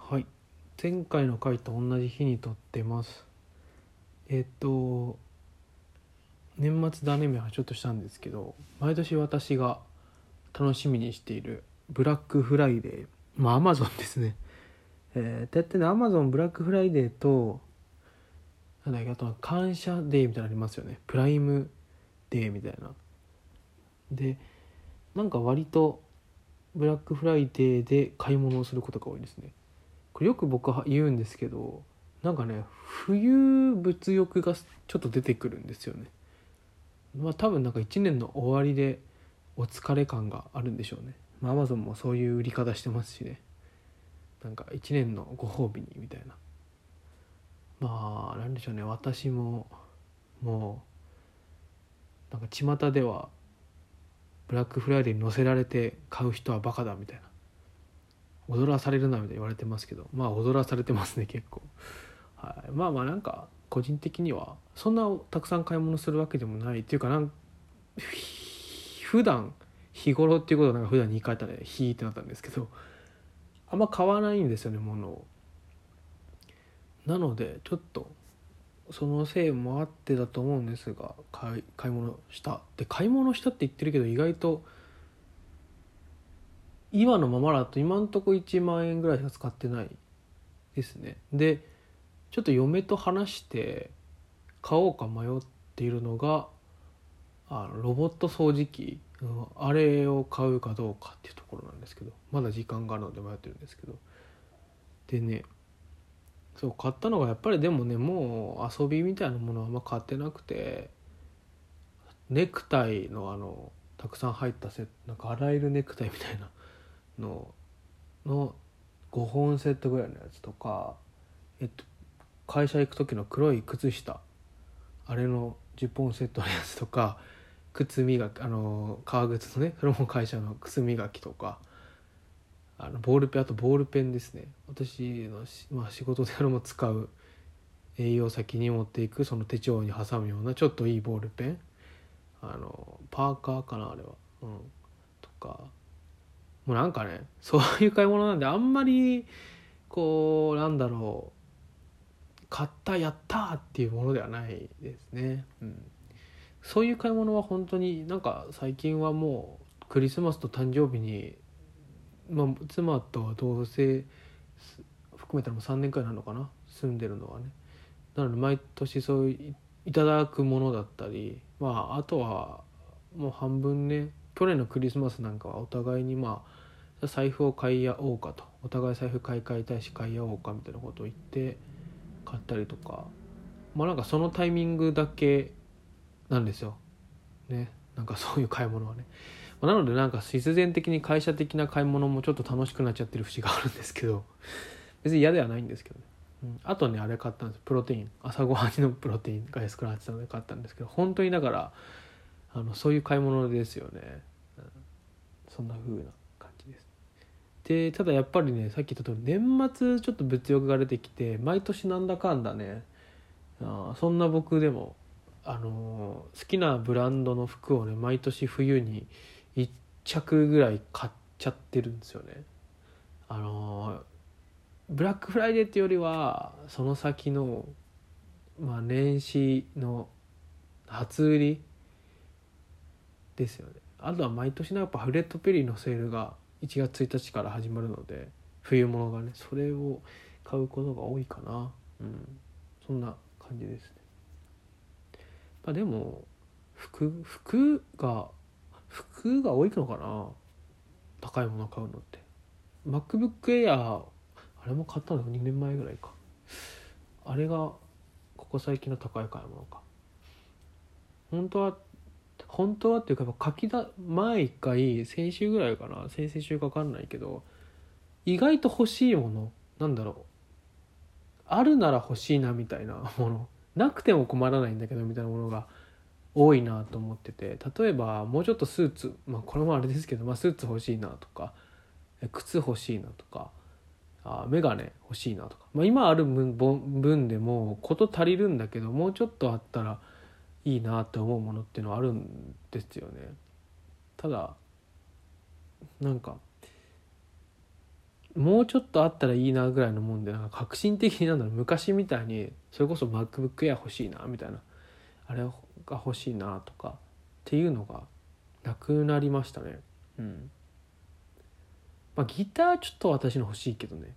はい、前回の回と同じ日に撮ってます。年末だね目はちょっとしたんですけど、毎年私が楽しみにしているブラックフライデー、アマゾンですね。やってね、アマゾンブラックフライデーとなんだっけ、あと感謝デーみたいなのありますよね。プライムデーみたいな。で、なんか割とブラックフライデーで買い物をすることが多いですね。これよく僕は言うんですけど、なんかね、冬物欲がちょっと出てくるんですよね。多分なんか1年の終わりでお疲れ感があるんでしょうね。アマゾンもそういう売り方してますしね。なんか1年のご褒美にみたいな。なんでしょうね、私ももうなんか巷ではブラックフライデーに載せられて買う人はバカだみたいな、踊らされるなみたいに言われてますけど、踊らされてますね結構。はい、なんか個人的にはそんなたくさん買い物するわけでもないっていうか、普段日頃っていうことはなんか普段に言い換えたらヒーってなったんですけど、あんま買わないんですよね、物を。なのでちょっとそのせいもあってだと思うんですが、買い物したで、買い物したって言ってるけど、意外と今のままだと今んとこ1万円ぐらいしか使ってないですね。でちょっと嫁と話して買おうか迷っているのがロボット掃除機、あれを買うかどうかっていうところなんですけど、まだ時間があるので迷ってるんですけど。でね、そう買ったのがやっぱりでもね、もう遊びみたいなものはあんま買ってなくて、ネクタイのたくさん入ったなんか洗えるネクタイみたいなの5本セットぐらいのやつとか、会社行く時の黒い靴下、あれの10本セットのやつとか、靴磨き、革靴のね、それも会社の靴磨きとか、ボールペン、あとボールペンですね。私の仕事でも使う、営業先に持っていくその手帳に挟むようなちょっといいボールペン、パーカーかなあれは、とか、もうなんかね、そういう買い物なんで、あんまりこうなんだろう、買ったやったーっていうものではないですね。そういう買い物は本当になんか最近はもうクリスマスと誕生日に、妻と同棲含めたらもう3年くらいなのかな、住んでるのはね。なので毎年そういただくものだったり、あとはもう半分ね、去年のクリスマスなんかはお互いに財布を買い合おうかと、お互い財布買い替えたいし買い合おうかみたいなことを言って買ったりとか、なんかそのタイミングだけなんですよね、なんかそういう買い物はね。なのでなんか必然的に会社的な買い物もちょっと楽しくなっちゃってる節があるんですけど、別に嫌ではないんですけどね。あとね、あれ買ったんです、プロテイン。朝ごはんのプロテインが安くなってたので買ったんですけど、本当にだからそういう買い物ですよね。そんな風な感じです。でただやっぱりね、さっき言った通り年末ちょっと物欲が出てきて、毎年なんだかんだね、そんな僕でも好きなブランドの服をね、毎年冬に1着ぐらい買っちゃってるんですよね。ブラックフライデーっていうよりはその先の、年始の初売りですよね。あとは毎年のやっぱフレットペリーのセールが1月1日から始まるので、冬物がね、それを買うことが多いかな。そんな感じですね。でも服が多いのかな、高いもの買うのって。 MacBook Air、 あれも買ったの2年前ぐらいか。あれがここ最近の高い買い物か。本当はっていうか、書きだ前一回、先週ぐらいかな、先々週か分かんないけど、意外と欲しいもの、なんだろう、あるなら欲しいなみたいなもの、なくても困らないんだけどみたいなものが多いなと思ってて、例えばもうちょっとスーツ、これもあれですけど、スーツ欲しいなとか、靴欲しいなとか、メガネ欲しいなとか、今ある分でもこと足りるんだけど、もうちょっとあったらいいなって思うものっていうのはあるんですよね。ただなんかもうちょっとあったらいいなぐらいのもんで、なんか革新的に昔みたいにそれこそ MacBook Air 欲しいなみたいな、あれが欲しいなとかっていうのがなくなりましたね。ギターちょっと私の欲しいけどね、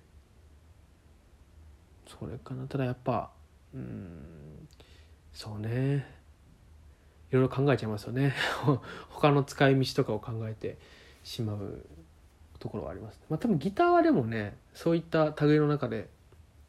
それかな。ただやっぱそうね、いろいろ考えちゃいますよね他の使い道とかを考えてしまうところはあります。多分ギターはでもね、そういった類の中で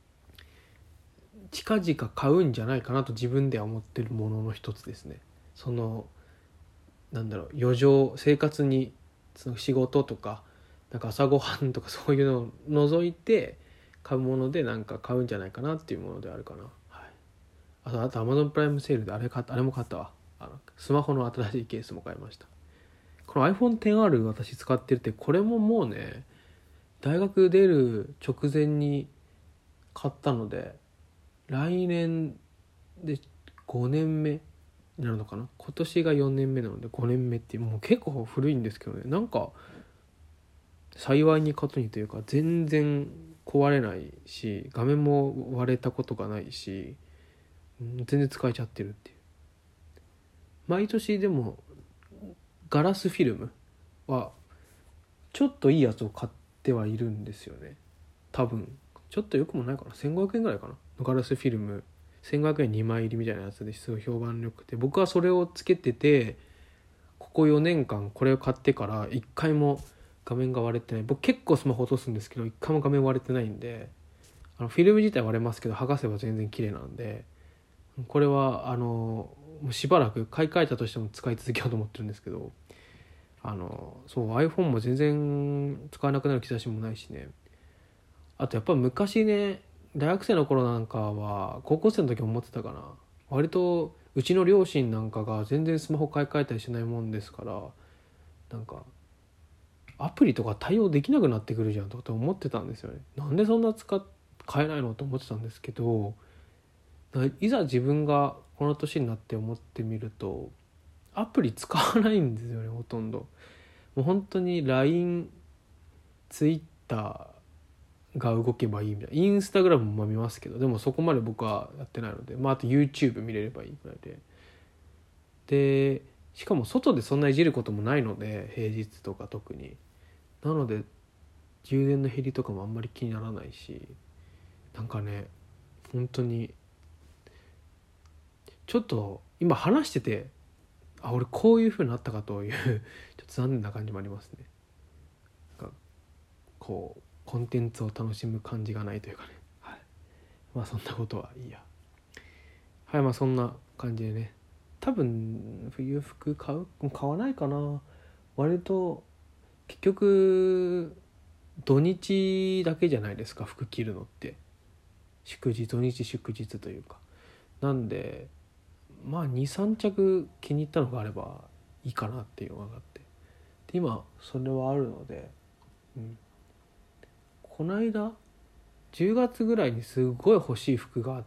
近々買うんじゃないかなと自分では思ってるものの一つですね。その余剰生活に、その仕事とかなんか朝ごはんとかそういうのを除いて買うものでなんか買うんじゃないかなっていうものであるかな。はい、あと Amazon プライムセールであれも買ったわ。スマホの新しいケースも買いました。この iPhone XR 私使ってるって、これももうね大学出る直前に買ったので、来年で5年目になるのかな。今年が4年目なので5年目っていう、もう結構古いんですけどね、なんか幸いにことにというか全然壊れないし、画面も割れたことがないし、全然使えちゃってるっていう。毎年でもガラスフィルムはちょっといいやつを買ってはいるんですよね。多分ちょっとよくもないかな、1500円ぐらいかなのガラスフィルム、1500円2枚入りみたいなやつですごい評判良くて、僕はそれをつけてて、ここ4年間これを買ってから1回も画面が割れてない。僕結構スマホ落とすんですけど1回も画面割れてないんで、フィルム自体割れますけど剥がせば全然綺麗なんで、これはもうしばらく買い替えたとしても使い続けようと思ってるんですけど、そう iPhone も全然使わなくなる兆しもないしね。あとやっぱ昔ね、大学生の頃なんかは、高校生の時も思ってたかな、割とうちの両親なんかが全然スマホ買い替えたりしないもんですから、なんかアプリとか対応できなくなってくるじゃんとか思ってたんですよね。なんでそんな買えないのと思ってたんですけど、いざ自分がこの年になって思ってみると、アプリ使わないんですよね、ほとんど。もう本当に LINE、Twitterが動けばいいみたいな。インスタグラムも見ますけど、でもそこまで僕はやってないので、あと YouTube 見れればいいくらいで。で、しかも外でそんないじることもないので、平日とか特に。なので、充電の減りとかもあんまり気にならないし、なんかね、本当に、ちょっと今話してて、俺こういう風になったかというちょっと残念な感じもありますね。なんかこうコンテンツを楽しむ感じがないというかね、はい、そんなことはいいや。はい、そんな感じでね、多分冬服買わないかな。割と結局土日だけじゃないですか、服着るのって。土日祝日というかなんで、23着気に入ったのがあればいいかなっていうのがあって、で今それはあるので、この間10月ぐらいにすごい欲しい服があって、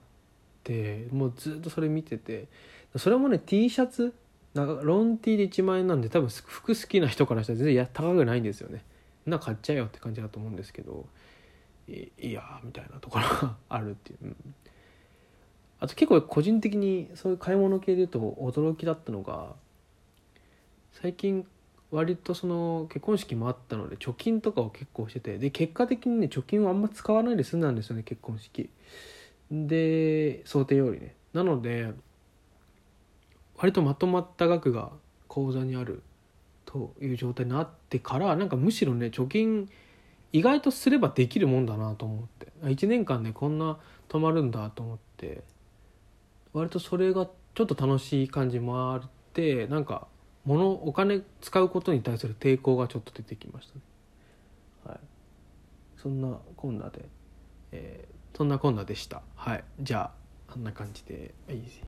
もうずっとそれ見てて、それもね T シャツロン T で1万円なんで、多分服好きな人からしたら全然高くないんですよね。買っちゃえよって感じだと思うんですけど、いやみたいなところがあるっていう、あと結構個人的にそういう買い物系で言うと驚きだったのが、最近割とその結婚式もあったので貯金とかを結構してて、で結果的にね貯金をあんま使わないで済んだんですよね、結婚式で想定よりね。なので割とまとまった額が口座にあるという状態になってから、なんかむしろね貯金意外とすればできるもんだなと思って、1年間ねこんな止まるんだと思って、割とそれがちょっと楽しい感じもあって、なんかお金使うことに対する抵抗がちょっと出てきましたね。はい、そんなこんなで、そんなこんなでした。はい、じゃああんな感じでいいです。